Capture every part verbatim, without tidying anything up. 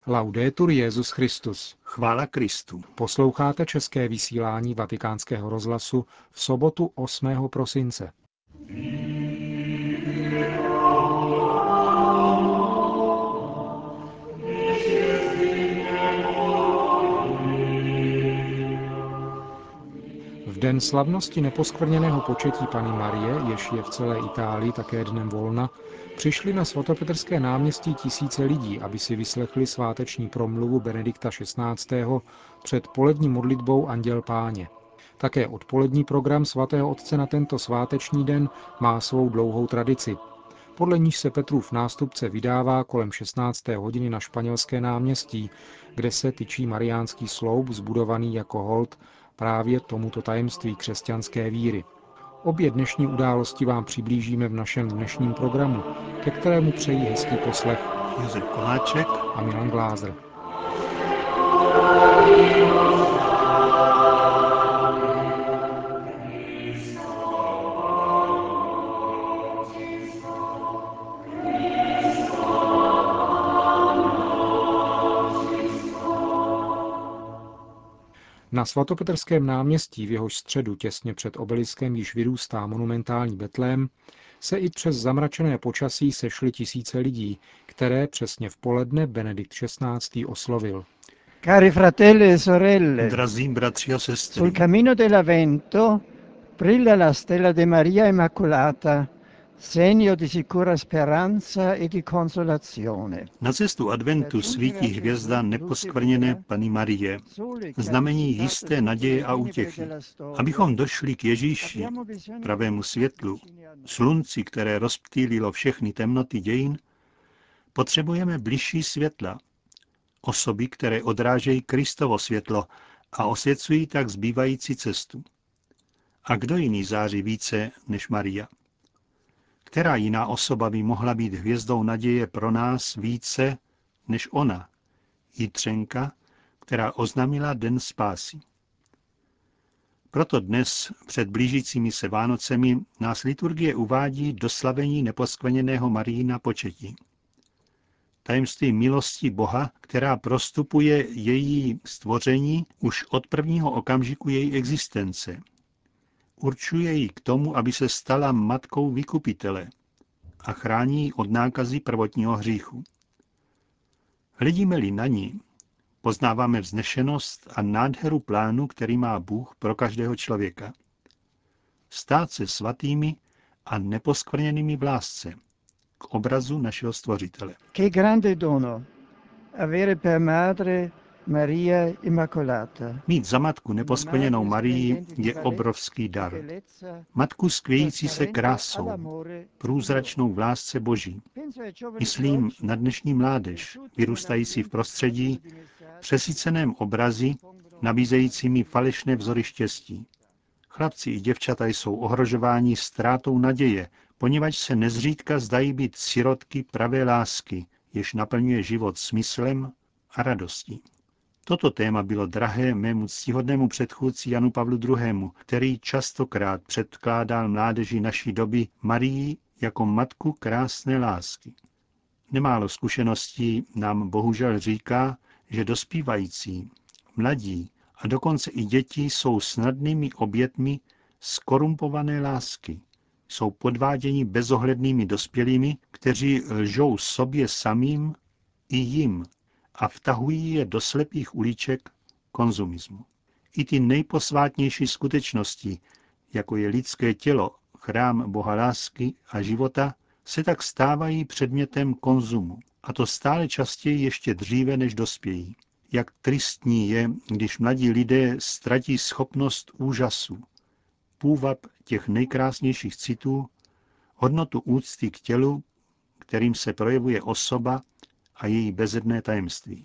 Laudetur Jesus Christus. Chvála Kristu. Posloucháte české vysílání Vatikánského rozhlasu v sobotu osmého prosince. V den slavnosti neposkvrněného početí Panny Marie, jež je v celé Itálii také dnem volna, přišli na svatopetrské náměstí tisíce lidí, aby si vyslechli sváteční promluvu Benedikta šestnáctého před polední modlitbou Anděl Páně. Také odpolední program svatého otce na tento sváteční den má svou dlouhou tradici. Podle níž se Petrův nástupce vydává kolem šestnácté hodiny na Španělské náměstí, kde se tyčí mariánský sloup zbudovaný jako hold právě tomuto tajemství křesťanské víry. Obě dnešní události vám přiblížíme v našem dnešním programu, ke kterému přejí hezký poslech Josef Koláček a Milan Glázer. Na svatopetrském náměstí, v jehož středu těsně před obeliskem již vyrůstá monumentální betlém, se i přes zamračené počasí sešly tisíce lidí, které přesně v poledne Benedikt šestnáctý oslovil. Cari fratelli e sorelle, Drazí bratři a sestry, sul cammino dell'Avvento brilla la stella di Maria Immacolata, segno di sicura speranza e di consolazione. na cestu adventu svítí hvězda neposkvrněné Panny Marie, znamení jisté naděje a útěchy. Abychom došli k Ježíši, pravému světlu, slunci, které rozptýlilo všechny temnoty dějin, potřebujeme bližší světla, osoby, které odrážejí Kristovo světlo a osvěcují tak zbývající cestu. A kdo jiný září více než Maria? Která jiná osoba by mohla být hvězdou naděje pro nás více než ona, Jitřenka, která oznámila den spásy? Proto dnes před blížícími se Vánocemi nás liturgie uvádí do slavení neposkvrněného Mariina početí. Tajemství milosti Boha, která prostupuje její stvoření už od prvního okamžiku její existence. Určuje ji k tomu, aby se stala matkou vykupitele a chrání ji od nákazy prvotního hříchu. Hledíme-li na ní, poznáváme vznešenost a nádheru plánu, který má Bůh pro každého člověka. Stát se svatými a neposkvrněnými v lásce, k obrazu našeho Stvořitele. Che grande dono avere per madre Maria Immacolata. Mít za matku neposkvrněnou Marii je obrovský dar. Matku skvějící se krásou, průzračnou v lásce Boží. Myslím na dnešní mládež, vyrůstající v prostředí, přesyceném obrazy, nabízejícími falešné vzory štěstí. Chlapci i děvčata jsou ohrožováni ztrátou naděje, poněvadž se nezřídka zdají být sirotky pravé lásky, jež naplňuje život smyslem a radostí. Toto téma bylo drahé mému ctihodnému předchůdci Janu Pavlu druhému, který častokrát předkládal mládeži naší doby Marii jako matku krásné lásky. Nemálo zkušeností nám bohužel říká, že dospívající, mladí a dokonce i děti jsou snadnými obětmi skorumpované lásky. Jsou podváděni bezohlednými dospělými, kteří lžou sobě samým i jim a vtahují je do slepých uliček konzumismu. I ty nejposvátnější skutečnosti, jako je lidské tělo, chrám Boha lásky a života, se tak stávají předmětem konzumu. A to stále častěji ještě dříve, než dospějí. Jak tristní je, když mladí lidé ztratí schopnost úžasu, půvab těch nejkrásnějších citů, hodnotu úcty k tělu, kterým se projevuje osoba a její bezedné tajemství.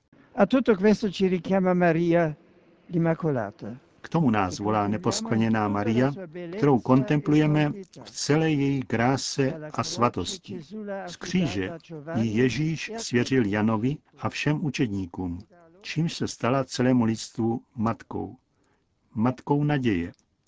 A tutto questo ci richiama Maria Immacolata. K tomu nás volá neposkvrněná Maria, kterou kontemplujeme v celé její kráse a svatosti. Z kříže ji Ježíš svěřil Janovi a všem učedníkům, čímž se stala celému lidstvu matkou. Matkou naděje.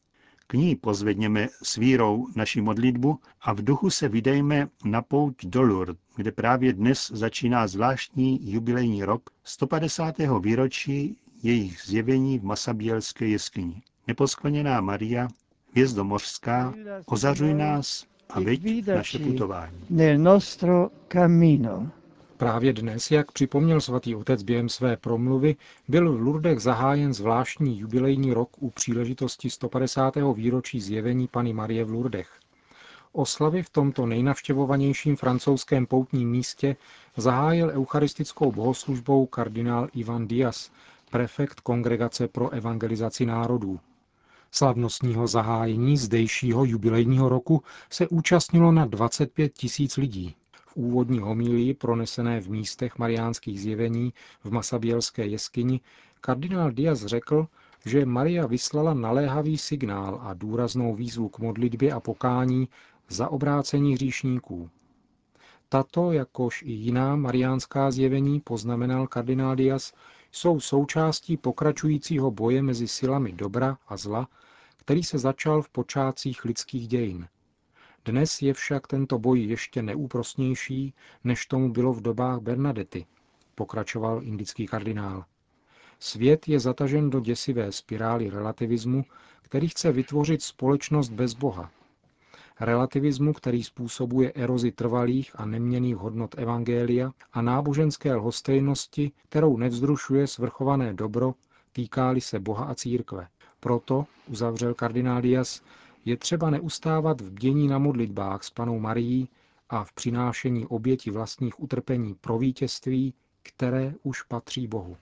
K ní pozvedněme s vírou naši modlitbu a v duchu se vydejme na pouť do Lourdes, kde právě dnes začíná zvláštní jubilejní rok sto padesátého výročí jejich zjevení v Massabielské jeskyni. Neposkvrněná Maria, hvězdo mořská, ozařuj nás a veď naše putování. Nel nostro cammino. Právě dnes, jak připomněl svatý otec během své promluvy, byl v Lourdech zahájen zvláštní jubilejní rok u příležitosti sto padesátého výročí zjevení Panny Marie v Lourdech. Oslavy v tomto nejnavštěvovanějším francouzském poutním místě zahájil eucharistickou bohoslužbou kardinál Ivan Diaz, prefekt Kongregace pro evangelizaci národů. Slavnostního zahájení zdejšího jubilejního roku se účastnilo na dvacet pět tisíc lidí. V úvodní homílii pronesené v místech mariánských zjevení v Massabielské jeskyni kardinál Diaz řekl, že Maria vyslala naléhavý signál a důraznou výzvu k modlitbě a pokání za obrácení hříšníků. Tato, jakož i jiná mariánská zjevení, poznamenal kardinál Diaz, jsou součástí pokračujícího boje mezi silami dobra a zla, který se začal v počátcích lidských dějin. Dnes je však tento boj ještě neúprosnější, než tomu bylo v dobách Bernadety, pokračoval indický kardinál. Svět je zatažen do děsivé spirály relativismu, který chce vytvořit společnost bez Boha. Relativismu, který způsobuje erozi trvalých a neměnných hodnot evangelia a náboženské lhostejnosti, kterou nevzrušuje svrchované dobro, týká-li se Boha a církve. Proto, uzavřel kardinál Diaz, je třeba neustávat v bdění na modlitbách s Pannou Marií a v přinášení oběti vlastních utrpení pro vítězství, které už patří Bohu.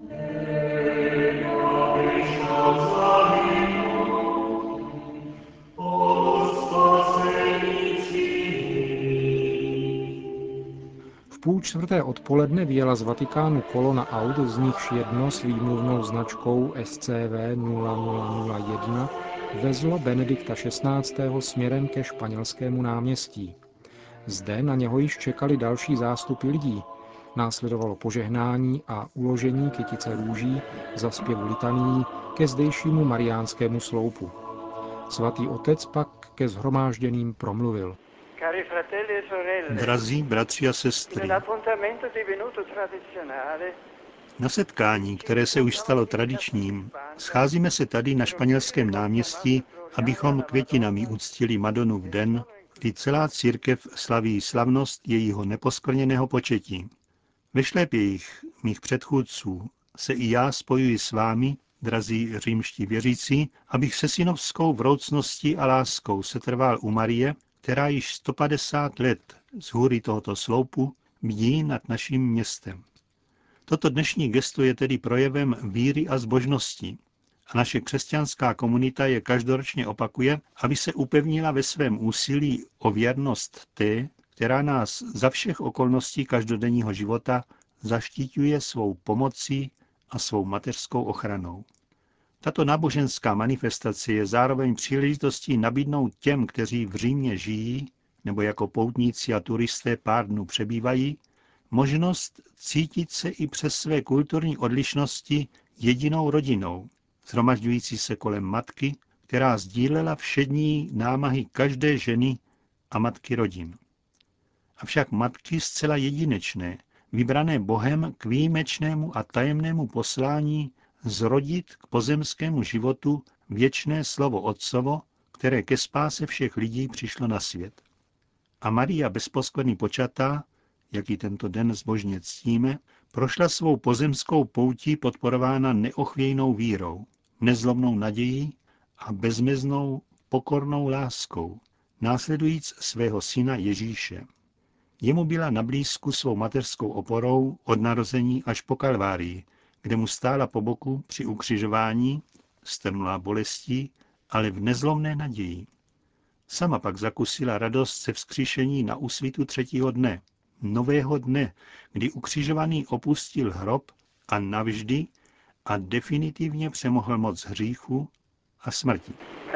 V půl čtvrté odpoledne vyjela z Vatikánu kolona aut, z nichž jedno s výmluvnou značkou S C V nula nula nula jedna vezlo Benedikta šestnáctého směrem ke Španělskému náměstí. Zde na něho již čekali další zástupy lidí. Následovalo požehnání a uložení kytice růží za zpěvu litanií ke zdejšímu mariánskému sloupu. Svatý otec pak ke shromážděným promluvil. Drazí bratři a sestry, na setkání, které se už stalo tradičním, scházíme se tady na Španělském náměstí, abychom květinami uctili Madonu v den, kdy celá církev slaví slavnost jejího neposkvrněného početí. Ve šlépějích mých předchůdců se i já spojuji s vámi, drazí římští věřící, abych se synovskou vroucností a láskou setrval u Marie, která již sto padesát let z hůry tohoto sloupu bdí nad naším městem. Toto dnešní gesto je tedy projevem víry a zbožnosti a naše křesťanská komunita je každoročně opakuje, aby se upevnila ve svém úsilí o věrnost té, která nás za všech okolností každodenního života zaštiťuje svou pomocí a svou mateřskou ochranou. Tato náboženská manifestace je zároveň příležitostí nabídnout těm, kteří v Římě žijí nebo jako poutníci a turisté pár dnů přebývají, možnost cítit se i přes své kulturní odlišnosti jedinou rodinou, shromažďující se kolem matky, která sdílela všední námahy každé ženy a matky rodin. Avšak matky zcela jedinečné, vybrané Bohem k výjimečnému a tajemnému poslání zrodit k pozemskému životu věčné slovo Otcovo, které ke spáse všech lidí přišlo na svět. A Maria bezposkvrný počatá, jak ji tento den zbožně ctíme, prošla svou pozemskou poutí podporována neochvějnou vírou, nezlomnou nadějí a bezmeznou pokornou láskou, následujíc svého syna Ježíše. Jemu byla nablízku svou mateřskou oporou od narození až po Kalvárii, kde mu stála po boku při ukřižování, strnulá bolestí, ale v nezlomné naději. Sama pak zakusila radost ze vzkříšení na úsvitu třetího dne, nového dne, kdy ukřižovaný opustil hrob a navždy a definitivně přemohl moc hříchu a smrti.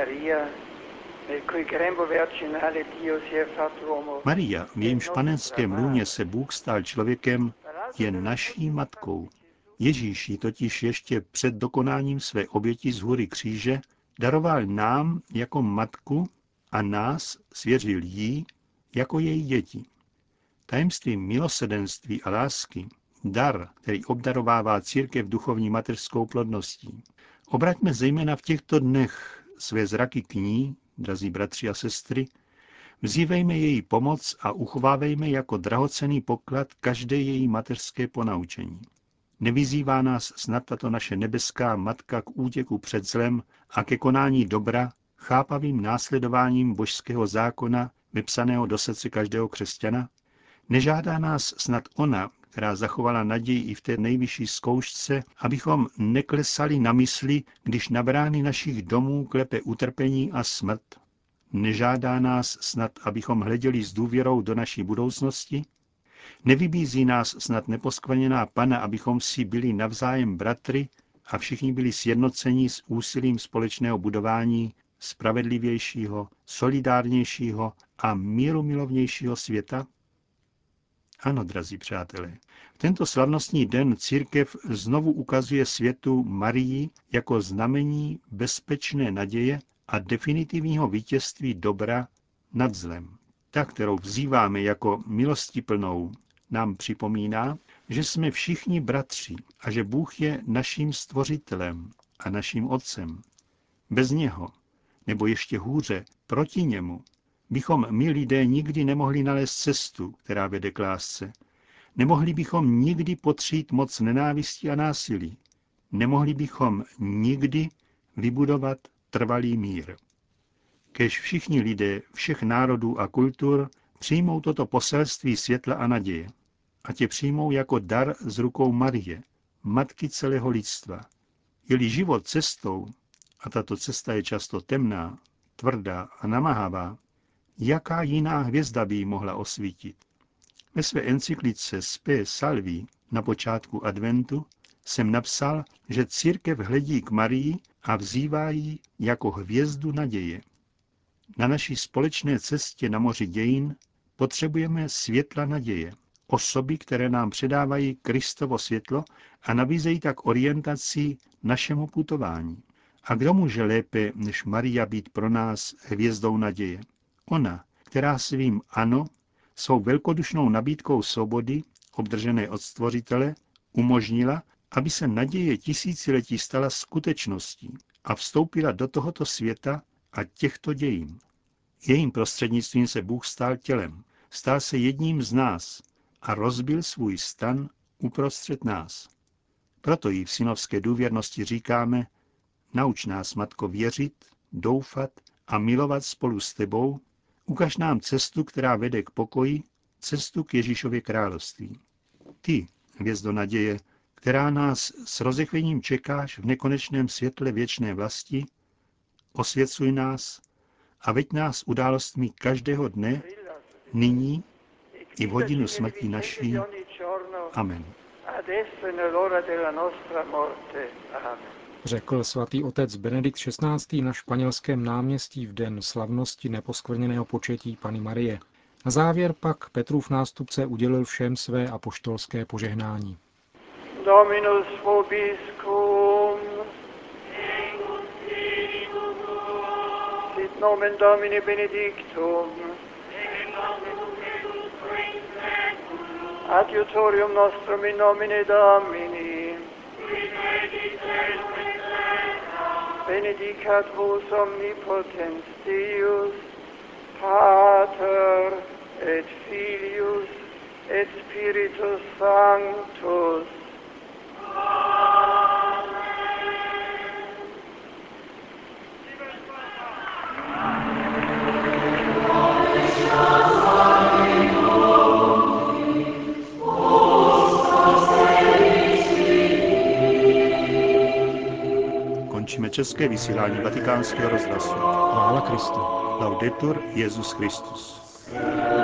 Maria, v jejímž panenském lůně se Bůh stal člověkem, je naší matkou. Ježíš ji totiž ještě před dokonáním své oběti z hůry kříže Daroval nám jako matku a nás svěřil jí jako její děti. Tajemství milosrdenství a lásky, dar, který obdarovává církev duchovní mateřskou plodností. Obraťme zejména v těchto dnech své zraky k ní, drazí bratři a sestry, vzívejme její pomoc a uchovávejme jako drahocenný poklad každé její mateřské ponaučení. Nevyzývá nás snad tato naše nebeská matka k útěku před zlem a ke konání dobra chápavým následováním božského zákona vypsaného do srdce každého křesťana? Nežádá nás snad ona, která zachovala naději i v té nejvyšší zkoušce, abychom neklesali na mysli, když na brány našich domů klepe utrpení a smrt? Nežádá nás snad, abychom hleděli s důvěrou do naší budoucnosti? Nevybízí nás snad neposkvrněná Panna, abychom si byli navzájem bratry a všichni byli sjednoceni s úsilím společného budování spravedlivějšího, solidárnějšího a mírumilovnějšího světa? Ano, drazí přátelé, v tento slavnostní den církev znovu ukazuje světu Marii jako znamení bezpečné naděje a definitivního vítězství dobra nad zlem. Ta, kterou vzýváme jako milostiplnou, nám připomíná, že jsme všichni bratři a že Bůh je naším stvořitelem a naším otcem. Bez něho, nebo ještě hůře, proti němu, bychom my lidé nikdy nemohli nalézt cestu, která vede k lásce. Nemohli bychom nikdy potřít moc nenávisti a násilí. Nemohli bychom nikdy vybudovat trvalý mír. Kéž všichni lidé všech národů a kultur přijmou toto poselství světla a naděje. A tě přijmou jako dar z rukou Marie, matky celého lidstva. Je-li život cestou, a tato cesta je často temná, tvrdá a namáhavá, jaká jiná hvězda by ji mohla osvítit? Ve své encyklice Spe Salvi na počátku adventu jsem napsal, že církev hledí k Marii a vzývá ji jako hvězdu naděje. Na naší společné cestě na moři dějin potřebujeme světla naděje, osoby, které nám předávají Kristovo světlo a nabízejí tak orientaci našemu putování. A kdo může lépe než Maria být pro nás hvězdou naděje? Ona, která svým ano, svou velkodušnou nabídkou svobody, obdržené od Stvořitele, umožnila, aby se naděje tisíciletí stala skutečností a vstoupila do tohoto světa a těchto dějin. Jejím prostřednictvím se Bůh stal tělem, stal se jedním z nás a rozbil svůj stan uprostřed nás. Proto jí v synovské důvěrnosti říkáme: nauč nás, Matko, věřit, doufat a milovat spolu s tebou, ukaž nám cestu, která vede k pokoji, cestu k Ježíšově království. Ty, hvězdo naděje, která nás s rozechvením čekáš v nekonečném světle věčné vlasti, osvěcuj nás a veď nás událostmi každého dne, nyní i v hodinu smrti naší. Amen. Řekl svatý otec Benedikt šestnáctý na španělském náměstí v den slavnosti neposkvrněného početí Panny Marie. Na závěr pak Petrův nástupce udělil všem své apoštolské požehnání. Dominus vobiscum, sit nomen Domini benedictum, adiutorium nostrum in nomine Domini, benedicat vos omnipotens Deus, Pater et Filius et Spiritus Sanctus. Končíme české vysílání Vatikánského rozhlasu. Chvála Kristu. Laudetur Jesus Christus.